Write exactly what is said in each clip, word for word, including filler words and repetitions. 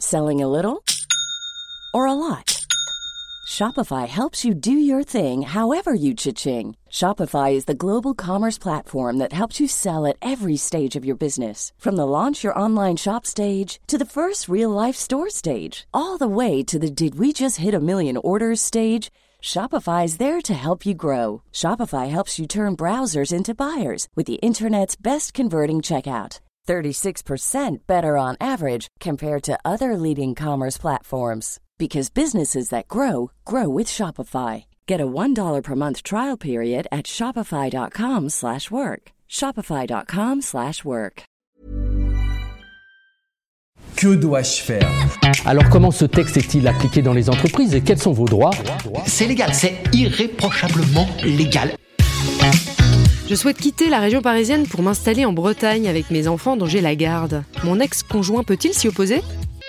Selling a little or a lot? Shopify helps you do your thing however you cha-ching. Shopify is the global commerce platform that helps you sell at every stage of your business. From the launch your online shop stage to the first real-life store stage, all the way to the did we just hit a million orders stage. Shopify is there to help you grow. Shopify helps you turn browsers into buyers with the internet's best converting checkout. thirty-six percent better on average compared to other leading commerce platforms. Because businesses that grow, grow with Shopify. Get a one dollar per month trial period at shopify.com slash work. Shopify.com slash work. Que dois-je faire ? Alors comment ce texte est-il appliqué dans les entreprises et quels sont vos droits ? C'est légal, c'est irréprochablement légal. Je souhaite quitter la région parisienne pour m'installer en Bretagne avec mes enfants dont j'ai la garde. Mon ex-conjoint peut-il s'y opposer ?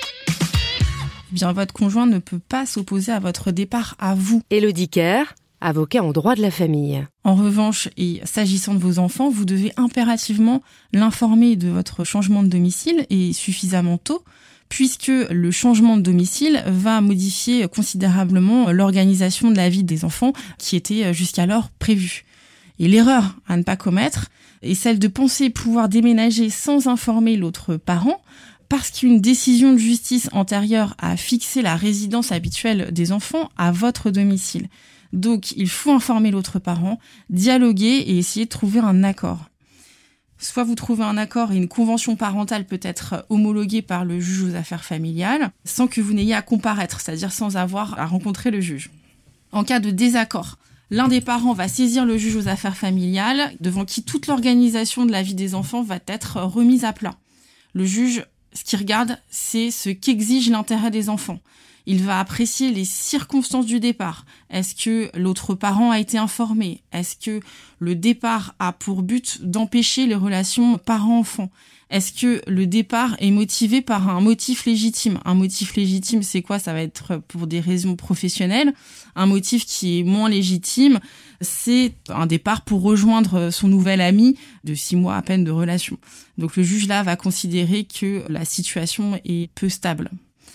Eh bien, votre conjoint ne peut pas s'opposer à votre départ à vous. Élodie Kerr, avocat en droit de la famille. En revanche, et s'agissant de vos enfants, vous devez impérativement l'informer de votre changement de domicile et suffisamment tôt, puisque le changement de domicile va modifier considérablement l'organisation de la vie des enfants qui était jusqu'alors prévue. Et l'erreur à ne pas commettre est celle de penser pouvoir déménager sans informer l'autre parent, parce qu'une décision de justice antérieure a fixé la résidence habituelle des enfants à votre domicile. Donc, il faut informer l'autre parent, dialoguer et essayer de trouver un accord. Soit vous trouvez un accord et une convention parentale peut être homologuée par le juge aux affaires familiales, sans que vous n'ayez à comparaître, c'est-à-dire sans avoir à rencontrer le juge. En cas de désaccord, l'un des parents va saisir le juge aux affaires familiales, devant qui toute l'organisation de la vie des enfants va être remise à plat. Le juge, ce qu'il regarde, c'est ce qu'exige l'intérêt des enfants. Il va apprécier les circonstances du départ. Est-ce que l'autre parent a été informé ? Est-ce que le départ a pour but d'empêcher les relations parent-enfant ? Est-ce que le départ est motivé par un motif légitime ? Un motif légitime, c'est quoi ? Ça va être pour des raisons professionnelles. Un motif qui est moins légitime, c'est un départ pour rejoindre son nouvel ami de six mois à peine de relation. Donc le juge là va considérer que la situation est peu stable.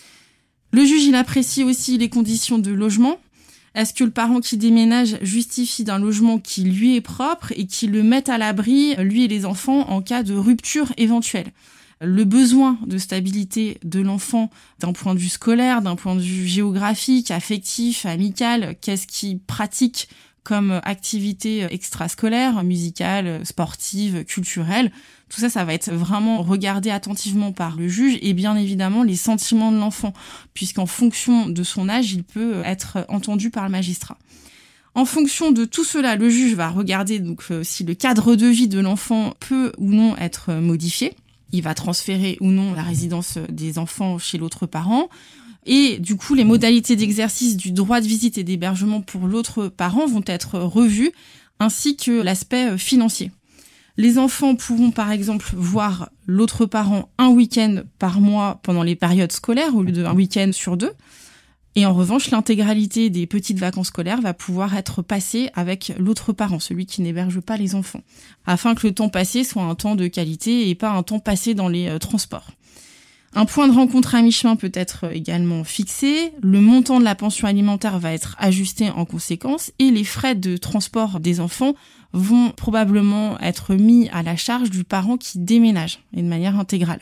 Le juge, il apprécie aussi les conditions de logement. Est-ce que le parent qui déménage justifie d'un logement qui lui est propre et qui le met à l'abri, lui et les enfants, en cas de rupture éventuelle ? Le besoin de stabilité de l'enfant d'un point de vue scolaire, d'un point de vue géographique, affectif, amical, qu'est-ce qu'il pratique comme activité extrascolaire, musicale, sportive, culturelle. Tout ça, ça va être vraiment regardé attentivement par le juge et bien évidemment les sentiments de l'enfant, puisqu'en fonction de son âge, il peut être entendu par le magistrat. En fonction de tout cela, le juge va regarder donc euh, si le cadre de vie de l'enfant peut ou non être modifié. Il va transférer ou non la résidence des enfants chez l'autre parent. Et du coup, les modalités d'exercice du droit de visite et d'hébergement pour l'autre parent vont être revues, ainsi que l'aspect financier. Les enfants pourront par exemple voir l'autre parent un week-end par mois pendant les périodes scolaires au lieu d'un week-end sur deux. Et en revanche, l'intégralité des petites vacances scolaires va pouvoir être passée avec l'autre parent, celui qui n'héberge pas les enfants, afin que le temps passé soit un temps de qualité et pas un temps passé dans les euh, transports. Un point de rencontre à mi-chemin peut être également fixé, le montant de la pension alimentaire va être ajusté en conséquence et les frais de transport des enfants vont probablement être mis à la charge du parent qui déménage et de manière intégrale.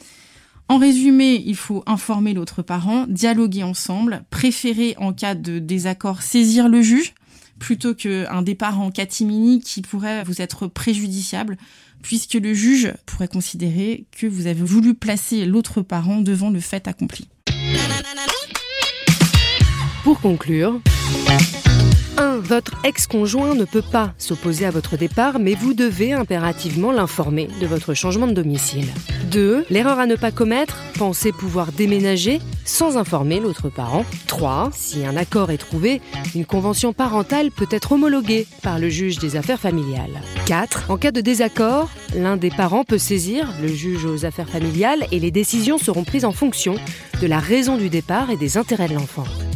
En résumé, il faut informer l'autre parent, dialoguer ensemble, préférer en cas de désaccord saisir le juge plutôt qu'un départ en catimini qui pourrait vous être préjudiciable, puisque le juge pourrait considérer que vous avez voulu placer l'autre parent devant le fait accompli. Pour conclure, un. Votre ex-conjoint ne peut pas s'opposer à votre départ, mais vous devez impérativement l'informer de votre changement de domicile. deux. L'erreur à ne pas commettre, penser pouvoir déménager sans informer l'autre parent. trois. Si un accord est trouvé, une convention parentale peut être homologuée par le juge des affaires familiales. quatre. En cas de désaccord, l'un des parents peut saisir le juge aux affaires familiales et les décisions seront prises en fonction de la raison du départ et des intérêts de l'enfant.